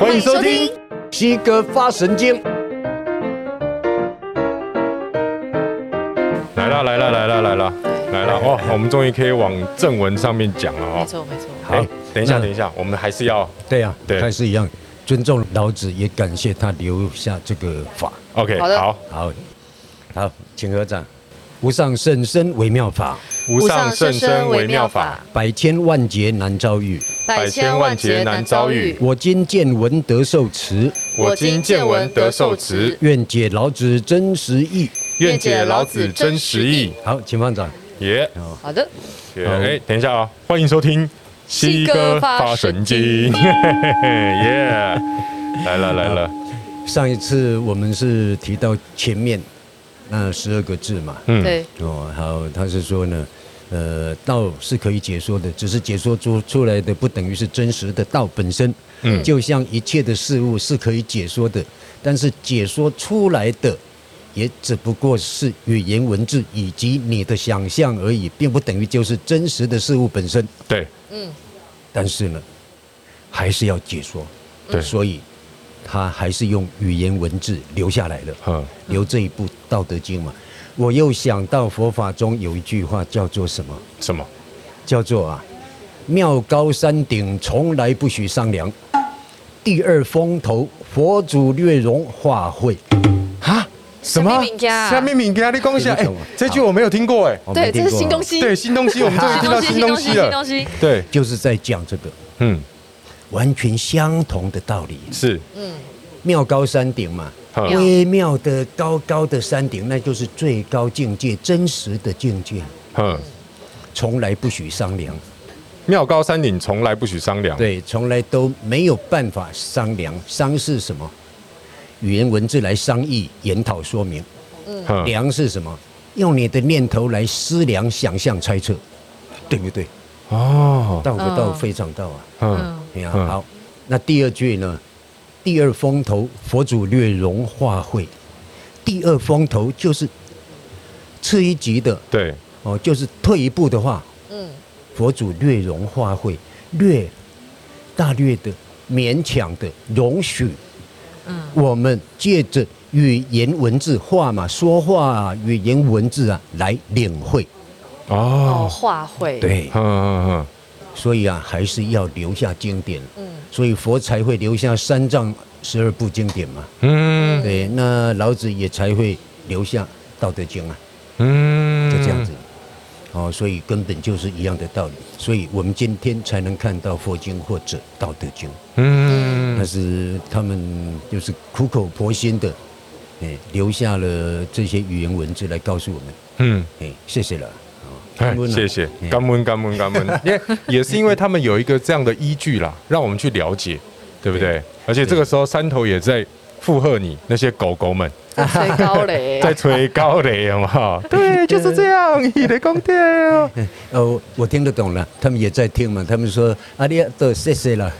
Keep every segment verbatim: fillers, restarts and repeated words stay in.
欢迎收听西哥发神经。 来啦来啦来啦来啦来啦！哇，我们终于可以往正文上面讲了哦。 没错没错。 好，等一下等一下，我们还是要对呀、啊， 对， 还是一样，尊重老子，也感谢他留下这个法。 OK， 好的好好，好，请合掌。无上甚深微妙法， 无上甚深微妙法， 百千万劫难遭遇， 百千万劫难遭遇。 我今见闻得受持， 我今见闻得受持， 愿解老子真实义， 愿解老子真实义。 好，请放掌。 耶， 好的。 哎，等一下啊，欢迎收听西哥发神经。耶，来了来了。 上一次我们是提到前面那十二个字嘛， 嗯， 对， 哦，好，他是说呢，呃，道是可以解说的，只是解说出出来的不等于是真实的道本身。嗯，就像一切的事物是可以解说的，但是解说出来的也只不过是语言文字以及你的想象而已，并不等于就是真实的事物本身。 对， 嗯， 但是呢，还是要解说。 对， 所以他还是用语言文字留下来了， 嗯， 留这一部《道德经》嘛。我又想到佛法中有一句话叫做什么？ 什么？ 叫做啊，庙高山顶从来不许商量，第二风头佛祖略容化会。 哈？什么？下面敏家你讲一下，哎，这句我没有听过哎。 对，这是新东西。 对，新东西，我们终于听到新东西了。 新东西， 对， 就是在讲这个， 嗯， 完全相同的道理。 是， 嗯， 庙高山顶嘛。微妙的高高的山顶，那就是最高境界，真实的境界。嗯，从来不许商量。 庙高山顶从来不许商量。 对，从来都没有办法商量。商是什么？语言文字来商议、研讨、说明。嗯，量是什么？用你的念头来思量、想象、猜测，对不对？哦，道可道，非常道啊。嗯，你看好。那第二句呢？第二风头，佛祖略容化会。第二风头就是次一级的， 对， 哦，就是退一步的话，嗯，佛祖略容化会，略大略的、勉强的容许，嗯，我们借着语言文字话嘛，说话啊，语言文字啊，来领会。 哦，化会。 对，嗯嗯嗯。所以啊，还是要留下经典。嗯，所以佛才会留下三藏十二部经典嘛。嗯，对，那老子也才会留下《道德经》啊。嗯，就这样子。哦，所以根本就是一样的道理。所以我们今天才能看到佛经或者《道德经》。嗯，但是他们就是苦口婆心的，哎，留下了这些语言文字来告诉我们。嗯，哎，谢谢了。 谢谢，感恩感恩感恩，因为也是因为他们有一个这样的依据啦，让我们去了解，对不对？而且这个时候山头也在附和你那些狗狗们， 在吹高雷， 在吹高雷，有没有？对，就是这样，你的公爹哦。 哦，我听得懂了，他们也在听嘛，他们说阿里都谢谢了。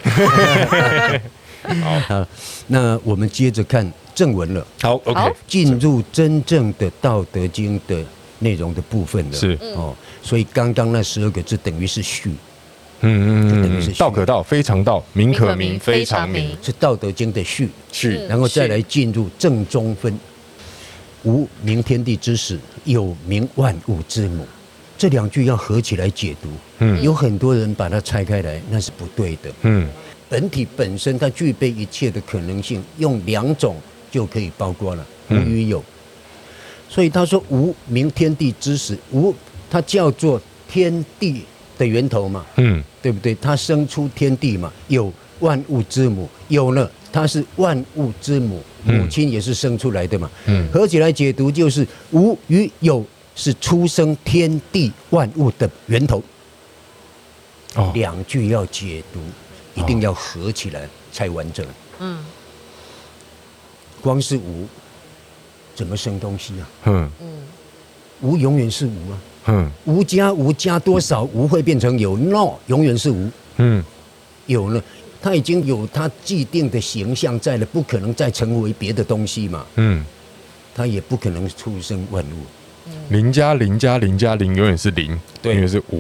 好，那我们接着看正文了。 好 ，OK， 进入真正的《道德经》的内容的部分了。 是哦，所以刚刚那十二个字等于是序。 嗯嗯嗯，道可道，非常道；名可名，非常名， 是《道德经》的序。 序， 然后再来进入正中分。无名天地之始，有名万物之母。这两句要合起来解读。嗯，有很多人把它拆开来，那是不对的。嗯，本体本身它具备一切的可能性，用两种就可以包括了，无与有。所以他说无名天地之始，无它叫做天地的源头嘛，嗯，对不对？它生出天地嘛，有万物之母，有呢，它是万物之母，母亲也是生出来的嘛，嗯，合起来解读就是无与有是出生天地万物的源头。哦，两句要解读，一定要合起来才完整。嗯，光是无。怎么生东西啊？嗯嗯，无永远是无啊。嗯，无加无加多少，无会变成有 ？No， 永远是无。嗯，有呢，它已经有它既定的形象在了，不可能再成为别的东西嘛。嗯，它也不可能出生万物。 零加零加零加零永远是零，永远是无。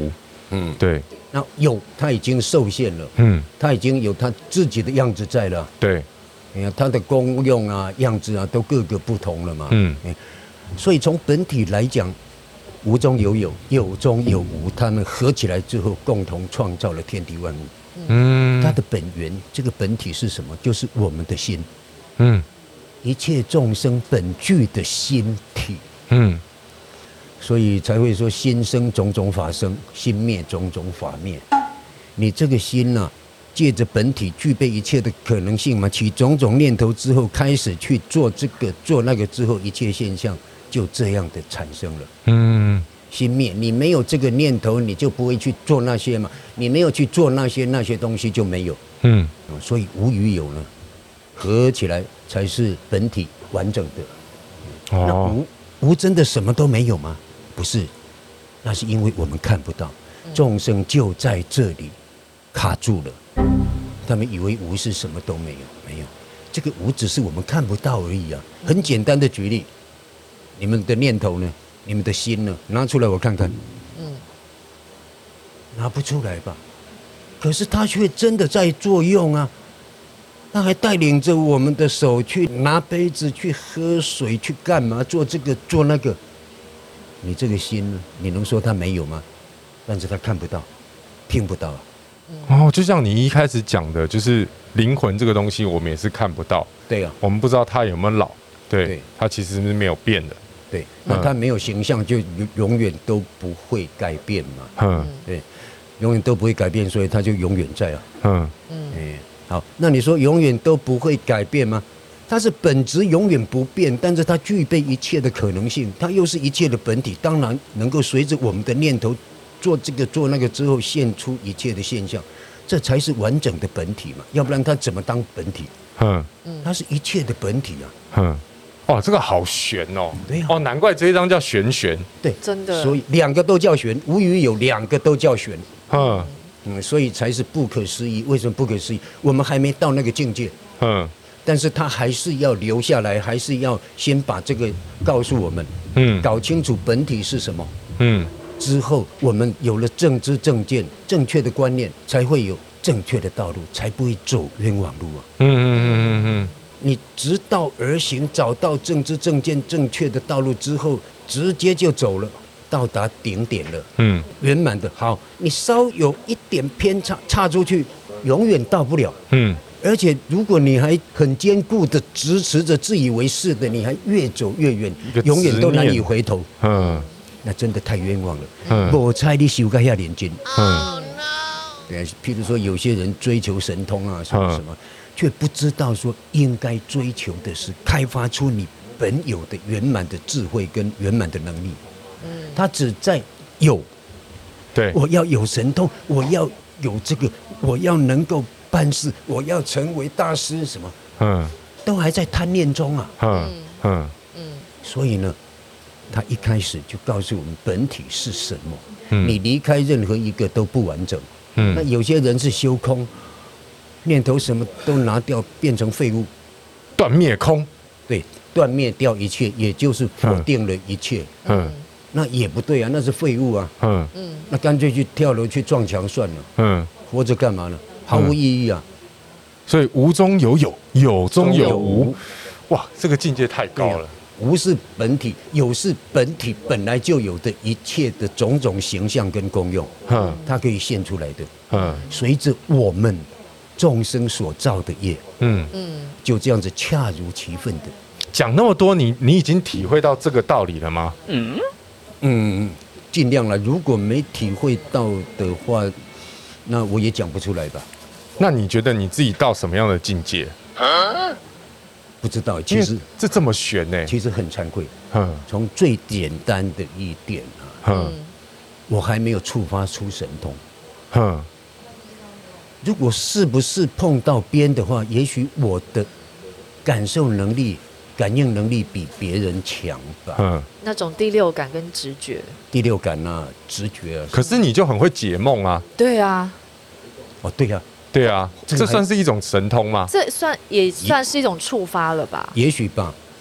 嗯，对， 那有它已经受限了， 嗯， 它已经有它自己的样子在了。 对， 你看它的功用啊、样子啊，都各个不同了嘛。 嗯， 所以从本体来讲，无中有有，有中有无，它们合起来之后，共同创造了天地万物。嗯，它的本源，这个本体是什么？就是我们的心。嗯，一切众生本具的心体。嗯，所以才会说心生种种法生，心灭种种法灭。你这个心呢、啊，借着本体具备一切的可能性嘛，起种种念头之后，开始去做这个做那个之后，一切现象就这样的产生了。嗯，心灭，你没有这个念头，你就不会去做那些嘛。你没有去做那些，那些东西就没有。嗯，所以无与有呢，合起来才是本体完整的。哦，那无无真的什么都没有吗？不是，那是因为我们看不到，众生就在这里卡住了。他们以为无是什么都没有，没有，这个无只是我们看不到而已啊。很简单的举例，你们的念头呢？你们的心呢？拿出来我看看。嗯，拿不出来吧？可是它却真的在作用啊！他还带领着我们的手去拿杯子、去喝水、去干嘛？做这个做那个。你这个心呢？你能说它没有吗？但是它看不到，听不到啊。 哦，就像你一开始讲的，就是灵魂这个东西，我们也是看不到。 对啊， 我们不知道它有没有老。对， 对， 它其实是没有变的。 对，那它没有形象，就永远都不会改变嘛。嗯，对，永远都不会改变，所以它就永远在啊。嗯嗯，哎，好，那你说永远都不会改变吗？它是本质永远不变，但是它具备一切的可能性，它又是一切的本体，当然能够随着我们的念头做这个做那个之后，现出一切的现象，这才是完整的本体嘛，要不然它怎么当本体？嗯，它是一切的本体啊。嗯。 哦，这个好玄哦！ 对啊， 哦，难怪这一章叫玄玄。 对， 真的。 所以两个都叫玄，无与有两个都叫玄。嗯嗯，所以才是不可思议。为什么不可思议？我们还没到那个境界。嗯，但是他还是要留下来，还是要先把这个告诉我们。嗯，搞清楚本体是什么。嗯，之后我们有了正知正见、正确的观念，才会有正确的道路，才不会走冤枉路啊。嗯嗯嗯嗯嗯。你直道而行，找到正知正见正确的道路之后，直接就走了，到达顶点了。嗯，圆满的。好，你稍有一点偏差，差出去，永远到不了。嗯，而且如果你还很坚固的支持着自以为是的，你还越走越远，永远都难以回头。嗯，那真的太冤枉了。嗯，我猜你修个下点经。嗯，对，譬如说有些人追求神通啊，什么什么。却不知道说应该追求的是开发出你本有的圆满的智慧跟圆满的能力。嗯，他只在有， 对， 我要有神通，我要有这个，我要能够办事，我要成为大师，什么，嗯，都还在贪念中啊。嗯嗯嗯。所以呢，他一开始就告诉我们本体是什么。嗯，你离开任何一个都不完整。嗯，那有些人是修空。念头什么都拿掉，变成废物， 断灭空， 对，断灭掉一切，也就是否定了一切。嗯，那也不对啊，那是废物啊。嗯嗯，那干脆去跳楼去撞墙算了。嗯，活着干嘛呢？毫无意义啊。 所以无中有有，有中有无。哇，这个境界太高了。 无是本体，有是本体本来就有的一切的种种形象跟功用。嗯，它可以现出来的。嗯，随着我们。众生所造的业，嗯嗯，就这样子恰如其分的讲那么多，你你已经体会到这个道理了吗？ 嗯嗯，尽量了。如果没体会到的话，那我也讲不出来吧。 那你觉得你自己到什么样的境界？啊、 不知道，其实这这么玄呢、欸。 其实很惭愧，嗯，从最简单的一点啊，嗯，我还没有触发出神通，嗯。如果是不是碰到边的话，也许我的感受能力、感应能力比别人强吧。嗯， 那种第六感跟直觉。 第六感啊，直觉啊。 可是你就很会解梦啊。 对啊。 哦，对啊， 对啊，这算是一种神通吗？ 这算也算是一种触发了吧？ 也许吧。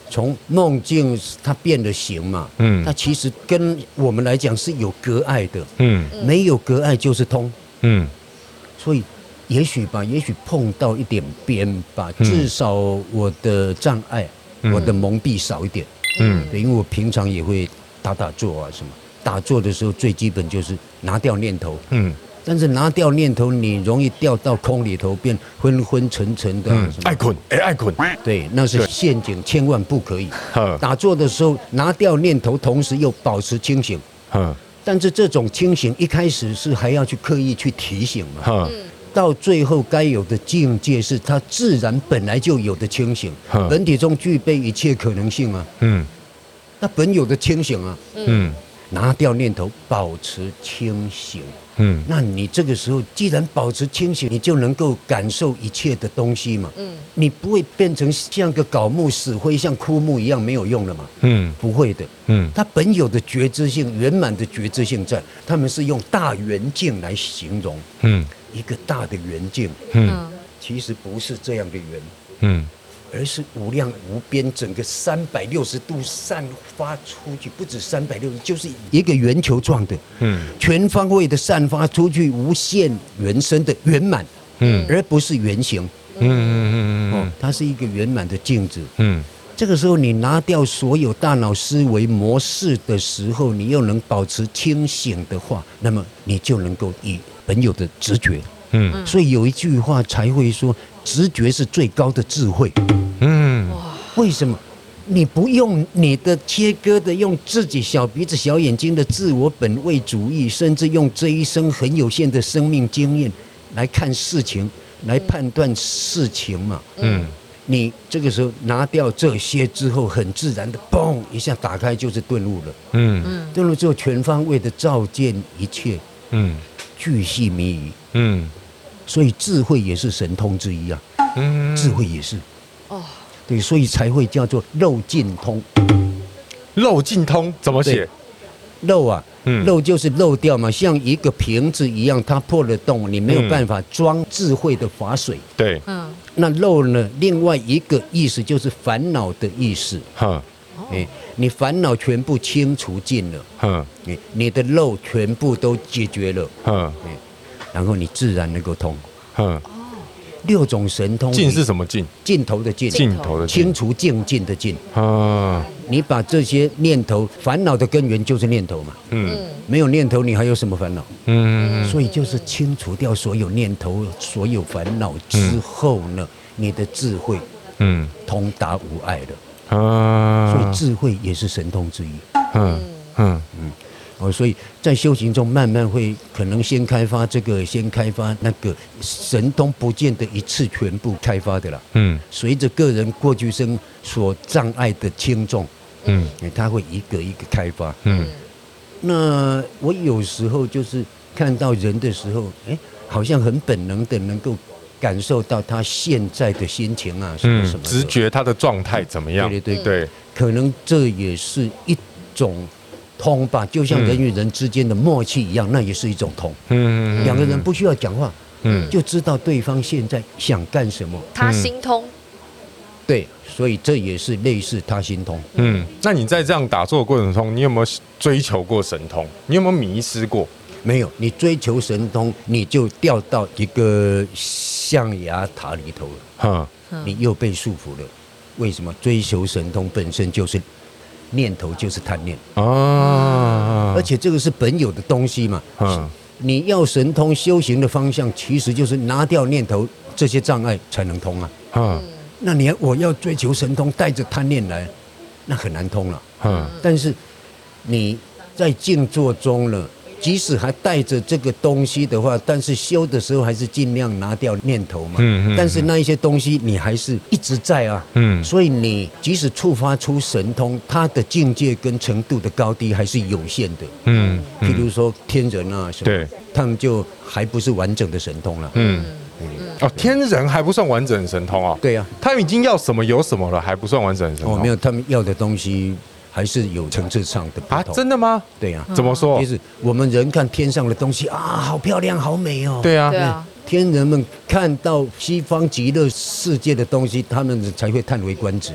从梦境它变了形嘛，嗯，它其实跟我们来讲是有隔碍的，嗯，没有隔碍就是通，嗯，所以也许吧，也许碰到一点边吧，至少我的障碍、嗯、我的蒙蔽少一点，嗯，对，因为我平常也会打打坐啊什么，打坐的时候最基本就是拿掉念头，嗯。但是拿掉念头，你容易掉到空里头，变昏昏沉沉的、啊嗯。 爱困，哎，爱困。 对，那是陷阱，千万不可以。打坐的时候拿掉念头，同时又保持清醒。但是这种清醒一开始是还要去刻意去提醒嘛。到最后该有的境界是它自然本来就有的清醒，本体中具备一切可能性啊。嗯，那本有的清醒啊。嗯，拿掉念头，保持清醒。嗯，那你这个时候既然保持清醒，你就能够感受一切的东西嘛。嗯，你不会变成像个槁木死灰，像枯木一样没有用了嘛。嗯，不会的。嗯，它本有的觉知性、圆满的觉知性在，他们是用大圆镜来形容。嗯，一个大的圆镜。嗯，其实不是这样的圆。嗯。而是无量无边，整个三百六十度散发出去，不止三百六十，就是一个圆球状的，嗯，全方位的散发出去，无限圆身的圆满，嗯，而不是圆形，嗯嗯嗯哦，它是一个圆满的镜子，嗯，这个时候你拿掉所有大脑思维模式的时候，你又能保持清醒的话，那么你就能够以本有的直觉。嗯，所以有一句话才会说，直觉是最高的智慧。嗯，为什么？你不用你的切割的，用自己小鼻子小眼睛的自我本位主义，甚至用这一生很有限的生命经验来看事情，来判断事情嘛。嗯，你这个时候拿掉这些之后，很自然的嘣一下打开就是顿悟了。嗯，顿悟之后全方位的照见一切。嗯。巨细靡遗，嗯，所以智慧也是神通之一啊，嗯，智慧也是，哦，对，所以才会叫做漏尽通。 漏尽通怎么写？ 漏啊，嗯，漏就是漏掉嘛，像一个瓶子一样，它破了洞，你没有办法装智慧的法水。 对， 嗯，那漏呢？另外一个意思就是烦恼的意思。哈。哎，你烦恼全部清除尽了，嗯，你你的漏全部都解决了，嗯，然后你自然能够通，嗯，六种神通， 尽是什么尽？ 尽头的尽， 尽头的尽， 清除净尽的尽，啊，你把这些念头，烦恼的根源就是念头嘛，嗯，没有念头你还有什么烦恼？嗯，所以就是清除掉所有念头、所有烦恼之后呢，你的智慧，嗯，通达无碍了。啊，所以智慧也是神通之一。嗯嗯嗯，哦，所以在修行中慢慢会可能先开发这个，先开发那个，神通不见得一次全部开发的啦。嗯，随着个人过去生所障碍的轻重，嗯，他会一个一个开发。嗯，那我有时候就是看到人的时候，哎，好像很本能的能够感受到他现在的心情啊，什么什么、嗯， 直觉他的状态怎么样？ 对对对对， 可能这也是一种通吧，就像人与人之间的默契一样，那也是一种通。嗯，两个人不需要讲话，嗯，就知道对方现在想干什么。 他心通。 对，所以这也是类似他心通。 嗯，那你在这样打坐的过程中，你有没有追求过神通？你有没有迷失过？ 没有，你追求神通，你就掉到一个象牙塔里头了，嗯，你又被束缚了。为什么？追求神通本身就是念头，就是贪念啊，而且这个是本有的东西嘛。嗯，你要神通修行的方向，其实就是拿掉念头，这些障碍才能通啊。嗯，那你我要追求神通，带着贪念来，那很难通了。嗯，但是你在静坐中呢，即使还带着这个东西的话，但是修的时候还是尽量拿掉念头嘛。嗯嗯。但是那一些东西你还是一直在啊。嗯。所以你即使触发出神通，它的境界跟程度的高低还是有限的。嗯。譬如说天人啊什么，对，他们就还不是完整的神通了。嗯。 哦，天人还不算完整的神通啊。 对啊， 他们已经要什么有什么了，还不算完整的神通。 哦，没有，他们要的东西还是有层次上的不同。 啊，真的吗？ 对呀、啊。 怎么说？ 就是我们人看天上的东西啊，好漂亮，好美哦。 对啊。 对啊。 天人们看到西方极乐世界的东西，他们才会叹为观止。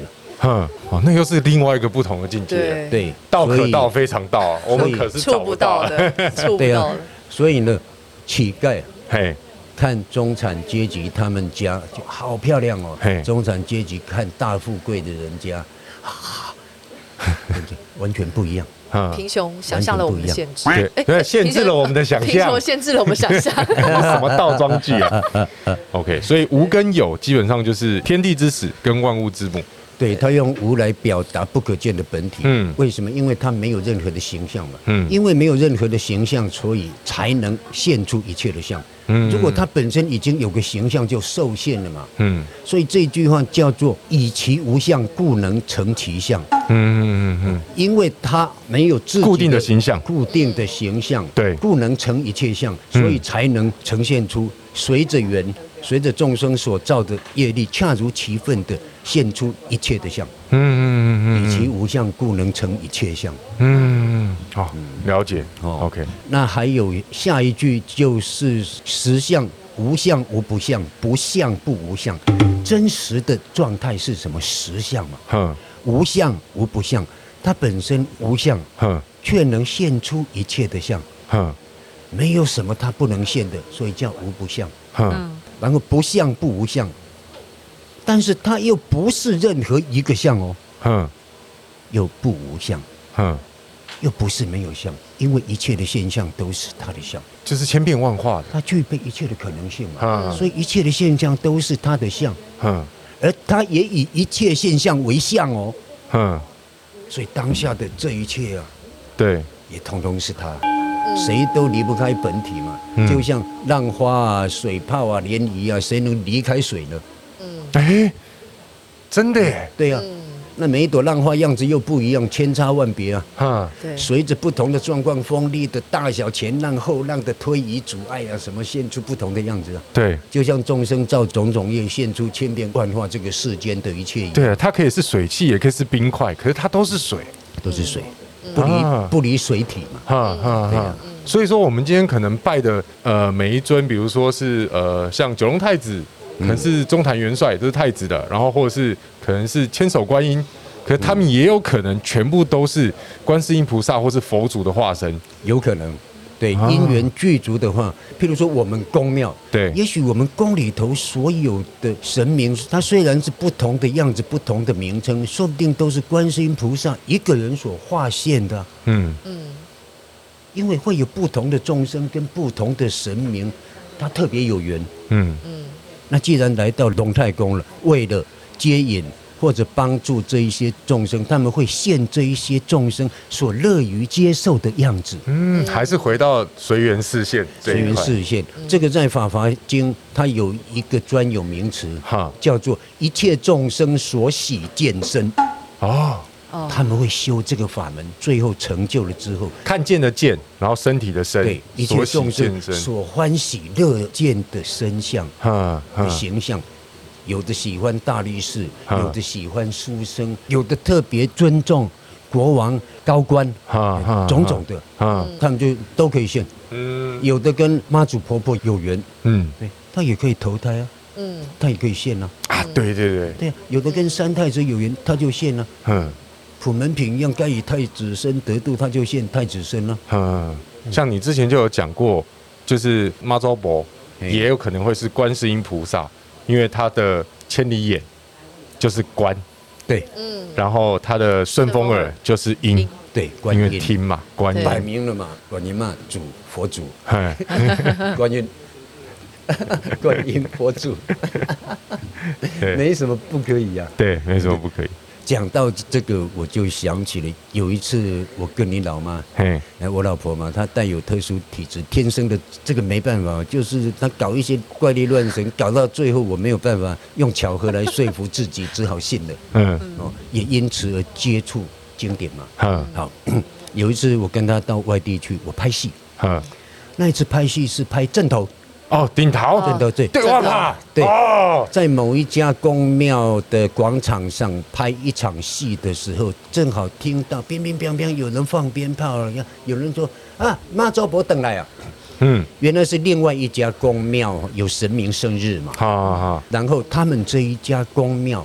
哼，哦，那又是另外一个不同的境界。 对， 对， 道可道所以非常道啊，我们可是找触不到的。 的，触不对啊到的。， 所以呢，乞丐嘿， 看中产阶级他们家就好漂亮哦嘿， 中产阶级看大富贵的人家，啊，完全不一样。 嗯， 贫穷想象了我们的限制， 对哎对，限制了我们的想贫象穷。限制了我们想象。 什么倒装句啊？OK， 所以无跟有基本上就是天地之始跟万物之母。 对，他用无来表达不可见的本体。 嗯为什么？因为他没有任何的形象嘛。 嗯因为没有任何的形象，所以才能现出一切的相。 嗯如果他本身已经有个形象，就受限了嘛。 嗯所以这句话叫做“以其无相，故能成其相”。 嗯嗯嗯因为他没有自己固定的形象固定的形象， 对故能成一切相，所以才能呈现出随着缘、随着众生所造的业力，恰如其分的现出一切的相。 嗯嗯嗯以其无相，故能成一切相。 嗯，好，了解。 哦 OK， 那还有下一句就是实相无相无不相，不相不无相。真实的状态是什么？实相嘛。 哼无相无不相，它本身无相， 哼却能现出一切的相， 哼没有什么它不能现的，所以叫无不相。 哼嗯， 然后不相不无相，但是它又不是任何一个相哦， 哼又不无相， 哼， 又不是没有相，因为一切的现象都是它的相， 就是千变万化的。 它具备一切的可能性嘛， 嗯所以一切的现象都是它的相， 哼而它也以一切现象为相哦， 哼， 所以当下的这一切啊， 对， 也通通是它。谁都离不开本体嘛， 嗯就像浪花啊、水泡啊、涟漪啊，谁能离开水呢？ 哎，真的耶。 对呀、那每一朵浪花样子又不一样，千差万别啊。 哈， 对， 随着不同的状况、风力的大小、前浪后浪的推移、阻碍啊，什么现出不同的样子啊。 对就像众生造种种业，现出千变万化这个世间的一切一样， 对啊，它可以是水汽，也可以是冰块，可是它都是水。 都是水，不离、 啊不离水体嘛。 哈哈哈。所以说，我们今天可能拜的呃每一尊，比如说是呃像九龙太子，可能是中坛元帅，这是太子的，然后或者是可能是千手观音，可是他们也有可能全部都是观世音菩萨或是佛祖的化身。 有可能，对啊因缘具足的话，譬如说我们宫庙， 对也许我们宫里头所有的神明，它虽然是不同的样子、不同的名称，说不定都是观世音菩萨一个人所化现的啊， 嗯因为会有不同的众生跟不同的神明，它特别有缘。 嗯那既然来到龙太宫了，为了接引或者帮助这一些众生，他们会现这一些众生所乐于接受的样子。 嗯，还是回到随缘视线这随缘一块。 视线，这个在《法华经》它有一个专有名词， 哈叫做一切众生所喜见身。 哦， 哦， 他们会修这个法门，最后成就了之后， 看见的见，然后身体的身， 对一切所喜众生见身。 所欢喜乐见的身相哈哈的形象。有的喜欢大力士， 啊有的喜欢书生，有的特别尊重国王、高官， 哈哈种种的， 哈他们就都可以现。 嗯有的跟妈祖婆婆有缘， 嗯对，他也可以投胎啊， 嗯， 他也可以现啊。 啊，对对对， 对呀、有的跟三太子有缘，他就现了、 嗯普门品一样，该以太子身得度，他就现太子身了、 嗯，像你之前就有讲过，就是妈祖婆嘿也有可能会是观世音菩萨，因为他的千里眼就是观， 对嗯， 然后他的顺风耳就是音音， 对，观因为音听嘛，观音。 摆明了嘛，观音嘛，主佛祖， 嘿观音，观音佛祖， 对没什么不可以呀、啊。 对，没什么不可以。 讲到这个，我就想起了有一次，我跟你老妈， 嘿， 哎，我老婆嘛，她带有特殊体质，天生的这个没办法，就是她搞一些怪力乱神，搞到最后我没有办法用巧合来说服自己，只好信了。 嗯哦，也因此而接触经典嘛。 哈好，有一次我跟她到外地去，我拍戏， 哈， 那一次拍戏是拍正头， 哦，顶桃， 正头对， 对哇怕， 对哦， 在某一家公庙的广场上拍一场戏的时候，正好听到乒乒乓乓有人放鞭炮了，有人说啊妈祖婆等来啊， 嗯， 原来是另外一家公庙有神明生日嘛， 好好好， 然后他们这一家公庙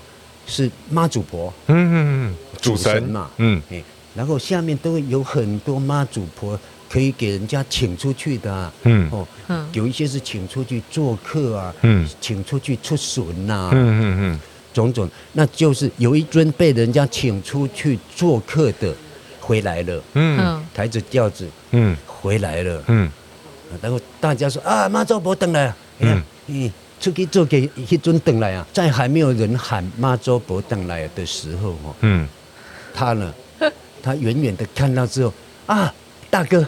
是妈祖婆， 嗯嗯嗯，主神嘛， 嗯， 哎，然后下面都会有很多妈祖婆可以给人家请出去的、啊， 嗯哦， 嗯有一些是请出去做客啊， 嗯请出去出巡呐、 嗯嗯嗯， 种种，那就是有一尊被人家请出去做客的回来了， 嗯嗯抬着轿子嗯回来了， 嗯然后大家说啊，妈祖婆回来了，嗯嗯，出去做给一尊回来啊，在还没有人喊妈祖婆回来的时候哦， 嗯， 他呢，他远远的看到之后啊，大哥，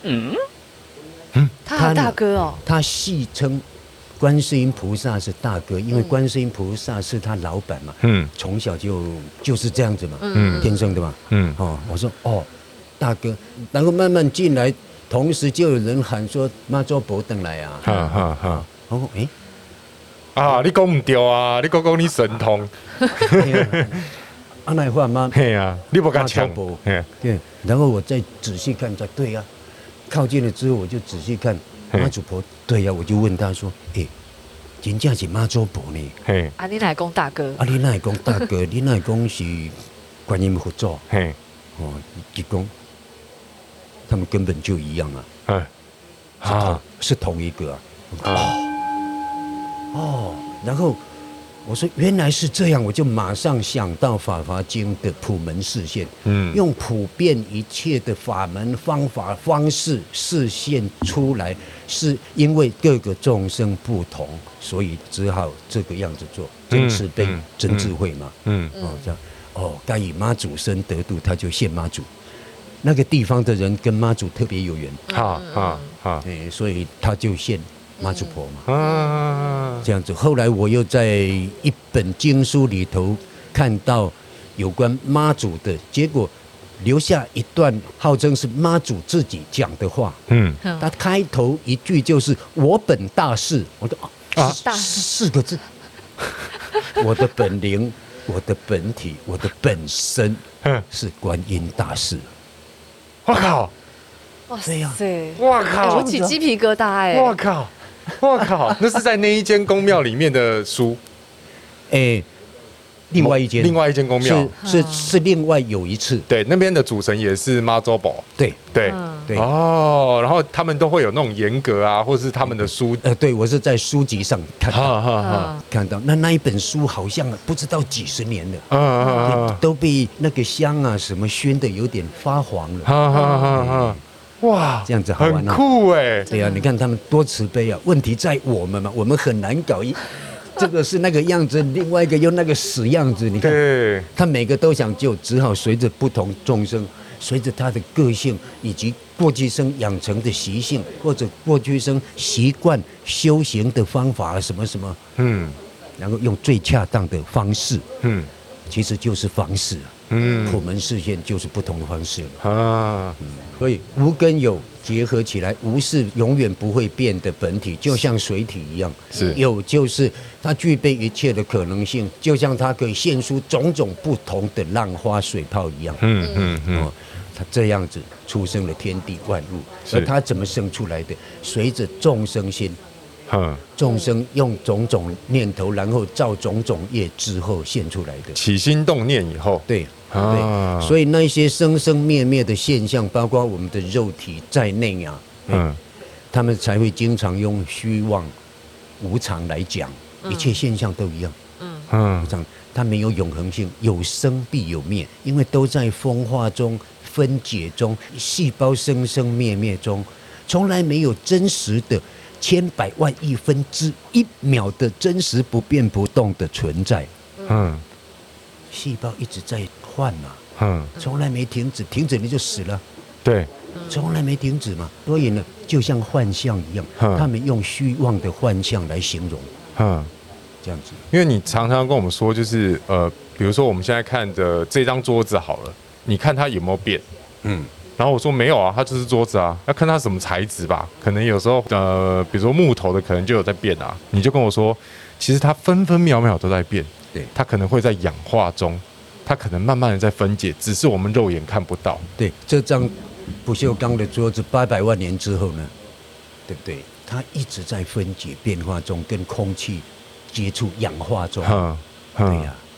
他有大哥哦， 他戏称观世音菩萨是大哥，因为观世音菩萨是他老板嘛， 嗯从小就就是这样子嘛， 嗯天生的嘛， 嗯哦，我说哦，大哥，然后慢慢进来，同时就有人喊说妈祖婆回来啊， 哈哈哈。 然后哎， 啊，你讲唔对啊！你讲讲你神通， 阿乃话妈， 嘿啊，你不敢妈抢祖婆， 嘿， 对，然后我再仔细看，才对呀、啊，靠近了之后我就仔细看嘿妈祖婆，对呀、啊，我就问他说，哎，真正是妈祖婆呢？ 嘿， 啊，你奶公大哥， 啊，你那会讲大哥，你那会讲是观音佛祖嘿， 哦，一讲他们根本就一样啊， 嗯， 是同、 啊是同一个啊。 啊， 哦，然后我说原来是这样，我就马上想到《法华经》的普门示现， 嗯用普遍一切的法门、方法、方式示现出来，是因为各个众生不同，所以只好这个样子做，真慈悲、 嗯真智慧嘛。 嗯哦，这样哦，该以妈祖身得度，他就现妈祖。那个地方的人跟妈祖特别有缘， 哈哈哈， 哎，所以他就现妈祖婆嘛。 啊， 这样子，后来我又在一本经书里头看到有关妈祖的，结果留下一段号称是妈祖自己讲的话。 嗯嗯他开头一句就是“我本大士”，我说啊， 啊是是四个字，我的本灵、我的本体、我的本身嗯， 是观音大士。 我靠， 哇对呀塞， 我哎靠我，起鸡皮疙瘩哎， 我靠，我靠，那是在那一间宫庙里面的书， 哎，另外一间， 另外一间宫庙， 是是是另外有一次， 对，那边的主神也是妈祖婆， 对对， 嗯对。 哦，然后他们都会有那种严格啊，或者是他们的书， 呃，对，我是在书籍上看到哈哈哈， 嗯看到，那那一本书好像不知道几十年了， 嗯嗯嗯， 都被那个香啊什么熏的有点发黄了。 哈哈哈哈，哇， 这样子好玩很啊酷哎， 对啊，你看他们多慈悲啊！问题在我们嘛，我们很难搞一，这个是那个样子，另外一个又那个死样子。你看， 对， 他每个都想救，只好随着不同众生，随着他的个性以及过去生养成的习性，或者过去生习惯修行的方法什么什么， 嗯然后用最恰当的方式， 嗯其实就是方式啊。 嗯普门示现就是不同的方式了。 啊， 所以无跟有结合起来，无是永远不会变的本体，就像水体一样。 是有就是它具备一切的可能性，就像它可以现出种种不同的浪花水泡一样。 嗯嗯嗯哦，它这样子出生了天地万物， 是而它怎么生出来的？随着众生心， 嗯， 众生用种种念头，然后造种种业之后现出来的。 起心动念以后， 对。 啊对，所以那些生生灭灭的现象，包括我们的肉体在内啊， 嗯他们才会经常用虚妄、无常来讲，一切现象都一样。 嗯无常，它没有永恒性，有生必有灭，因为都在风化中、分解中，细胞生生灭灭中，从来没有真实的千百万亿分之一秒的真实不变不动的存在。 嗯细胞一直在换嘛， 嗯， 从来没停止，停止你就死了。 对， 从来没停止嘛，所以呢，就像幻象一样， 嗯他们用虚妄的幻象来形容， 嗯。 这样子。 因为你常常跟我们说，就是呃，比如说我们现在看的这张桌子好了，你看它有没有变？ 嗯， 然后我说没有啊，它就是桌子啊，要看它什么材质吧。可能有时候呃，比如说木头的，可能就有在变啊。你就跟我说，其实它分分秒秒都在变， 对它可能会在氧化中，它可能慢慢的在分解，只是我们肉眼看不到。 对，这张不锈钢的桌子八百万年之后呢，对不对？它一直在分解变化中，跟空气接触氧化中。 哼对哼呀、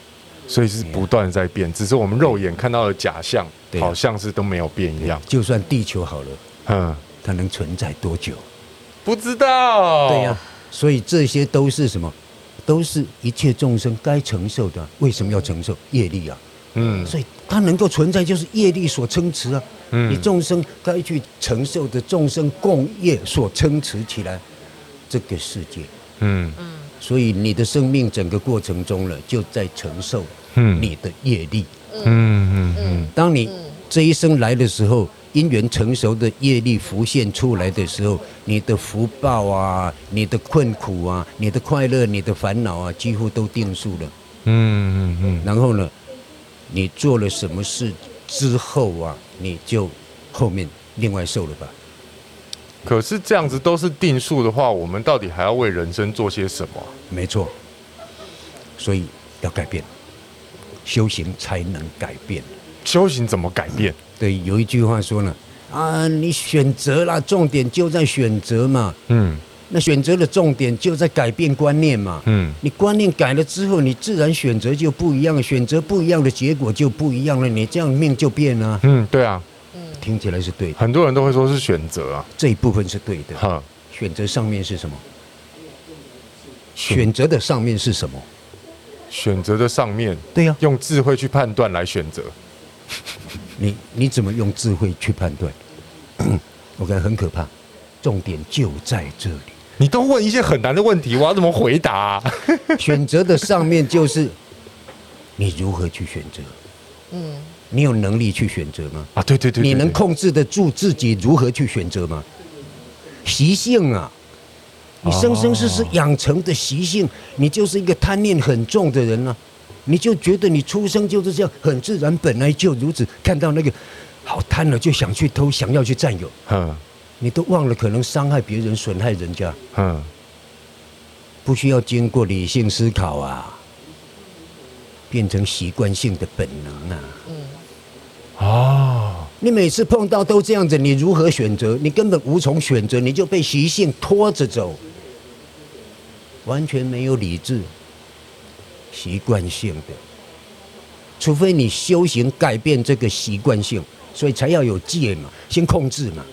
所以是不断地在变，只是我们肉眼看到的假象， 对啊好像是都没有变一样。 就算地球好了， 嗯， 它能存在多久？ 不知道。 对呀、所以这些都是什么？都是一切众生该承受的啊。为什么要承受？业力啊。 嗯所以它能够存在，就是业力所撑持啊。 嗯你众生该去承受的众生共业所撑持起来这个世界。 嗯所以你的生命整个过程中呢，就在承受嗯你的业力。 嗯嗯嗯当你这一生来的时候，因缘成熟的业力浮现出来的时候，你的福报啊、你的困苦啊、你的快乐、你的烦恼啊，几乎都定数了。 嗯嗯嗯， 然后呢，你做了什么事之后啊，你就后面另外受了吧。 可是这样子都是定数的话，我们到底还要为人生做些什么？ 没错，所以要改变，修行才能改变。 修行怎么改变？ 对，有一句话说呢，啊，你选择啦，重点就在选择嘛。 嗯那选择的重点就在改变观念嘛。 嗯你观念改了之后，你自然选择就不一样了，选择不一样的结果就不一样了，你这样命就变了。 嗯，对啊， 听起来是对的， 很多人都会说是选择啊。 这一部分是对的。 哈， 选择上面是什么？ 选选择的上面是什么？ 选择的上面， 对呀、 用智慧去判断来选择。 你你怎么用智慧去判断？我感觉很可怕，重点就在这里。 你都问一些很难的问题，我要怎么回答啊？ 选择的上面就是你如何去选择。 嗯， 你有能力去选择吗？ 啊，对对对，对你能对控制得住自己如何去选择吗？习性啊，你生生世世养成的习性，你就是一个贪念很重的人啊。你就觉得你出生就是这样，很自然，本来就如此。看到那个好贪了，就想去偷，想要去占有， 嗯你都忘了可能伤害别人、损害人家， 嗯， 不需要经过理性思考啊，变成习惯性的本能啊。 哦， 你每次碰到都这样子，你如何选择？你根本无从选择，你就被习性拖着走，完全没有理智，习惯性的。除非你修行改变这个习惯性，所以才要有戒嘛，先控制嘛。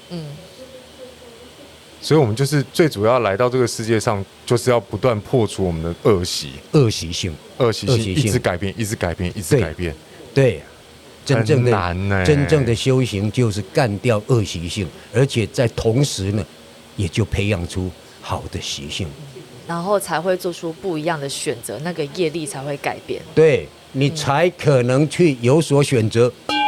所以我们就是最主要来到这个世界上，就是要不断破除我们的恶习， 恶习性， 恶习性恶习性一直改变，一直改变，一直对改变。 对，真正很的难欸真正的修行就是干掉恶习性，而且在同时呢，也就培养出好的习性。 然后才会做出不一样的选择，那个业力才会改变。 对你才可能去有所选择，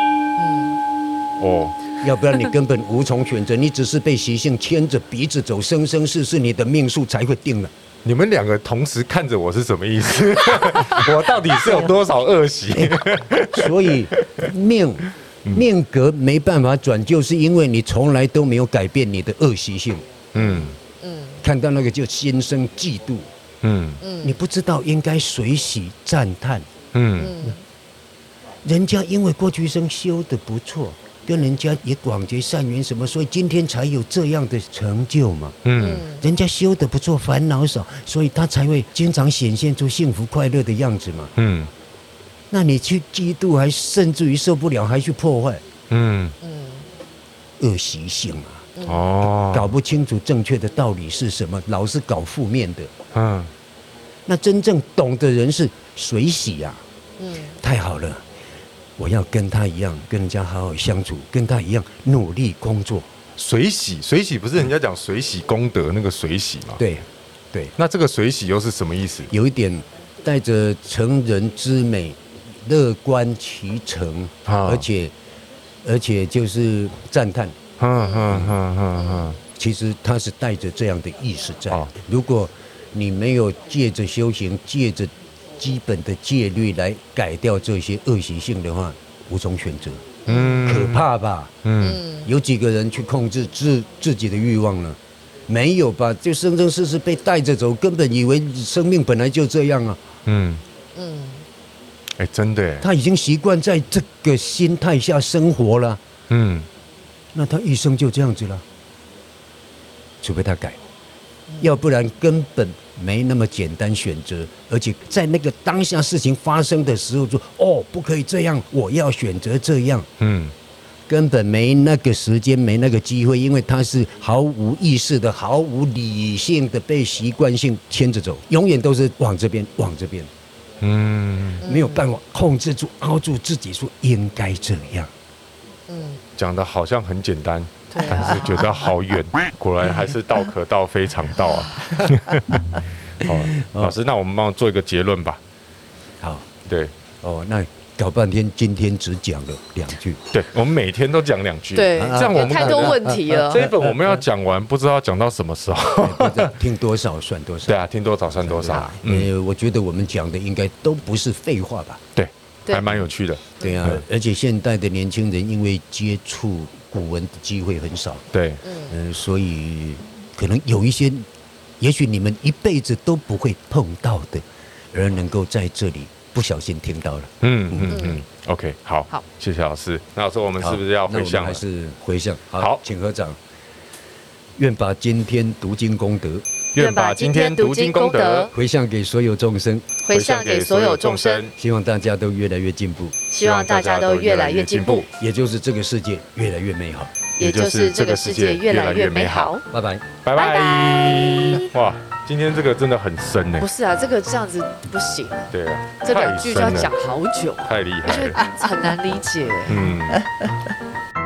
哦， 要不然你根本无从选择，你只是被习性牵着鼻子走，生生世世你的命数才会定了。 你们两个同时看着我是什么意思？我到底是有多少恶习？ 所以命命格没办法转，就是因为你从来都没有改变你的恶习性。 嗯看到那个就心生嫉妒， 嗯你不知道应该随喜赞叹。 嗯人家因为过去一生修得不错，跟人家也广结善缘什么，所以今天才有这样的成就嘛。 嗯人家修得不错，烦恼少，所以他才会经常显现出幸福快乐的样子嘛。 嗯那你去嫉妒，还甚至于受不了，还去破坏嗯， 恶习性啊， 哦， 搞不清楚正确的道理是什么，老是搞负面的。 嗯那真正懂的人是随喜啊，太好了，我要跟他一样，跟人家好好相处，跟他一样努力工作。 水洗水洗不是人家讲水洗功德那个水洗吗？ 对，对， 那这个水洗又是什么意思？ 有一点带着成人之美，乐观其成， 啊而且而且就是赞叹。 哼哼哼哼哼， 其实它是带着这样的意识在。 哦如果你没有借着修行，借着基本的戒律来改掉这些恶习性的话，无从选择。 嗯可怕吧？ 嗯有几个人去控制自自己的欲望呢？没有吧？就生生世世被带着走，根本以为生命本来就这样啊。 嗯嗯，哎，真的耶， 他已经习惯在这个心态下生活了， 嗯那他一生就这样子了，除非他改。 要不然根本没那么简单选择，而且在那个当下事情发生的时候说，哦，不可以这样，我要选择这样， 嗯， 根本没那个时间，没那个机会，因为他是毫无意识的、毫无理性的被习惯性牵着走，永远都是往这边，往这边， 嗯， 没有办法控制住、凹住自己，说应该这样。 讲的好像很简单， 对啊但是觉得好远，果然还是道可道非常道啊。好，老师，那我们帮我做一个结论吧。 好， 对哦，那搞半天，今天只讲了两句。 对，我们每天都讲两句， 对， 这样我们太多问题了。 这一本我们要讲完，不知道讲到什么时候。 听多少算多少。 对啊，听多少算多少。 嗯，呃，我觉得我们讲的应该都不是废话吧？ 对， 对还蛮有趣的。 对啊，而且现代的年轻人因为接触古文的机会很少， 对， 嗯、呃，所以可能有一些，也许你们一辈子都不会碰到的，而能够在这里不小心听到了。 嗯嗯嗯 ，OK， 好， 好， 谢谢老师。那老师，我们是不是要回向了？ 还是回向？ 好， 请合掌。愿把今天读经功德， 愿把今天读经功德回向给所有众生， 回向给所有众生， 希望大家都越来越进步， 希望大家都越来越进步， 也就是这个世界越来越美好， 也就是这个世界越来越美好。 拜拜， 拜拜。哇，今天这个真的很深呢。 不是啊，这个这样子不行， 对啊， 这两句就要讲好久， 太厉害了， 很难理解。 嗯。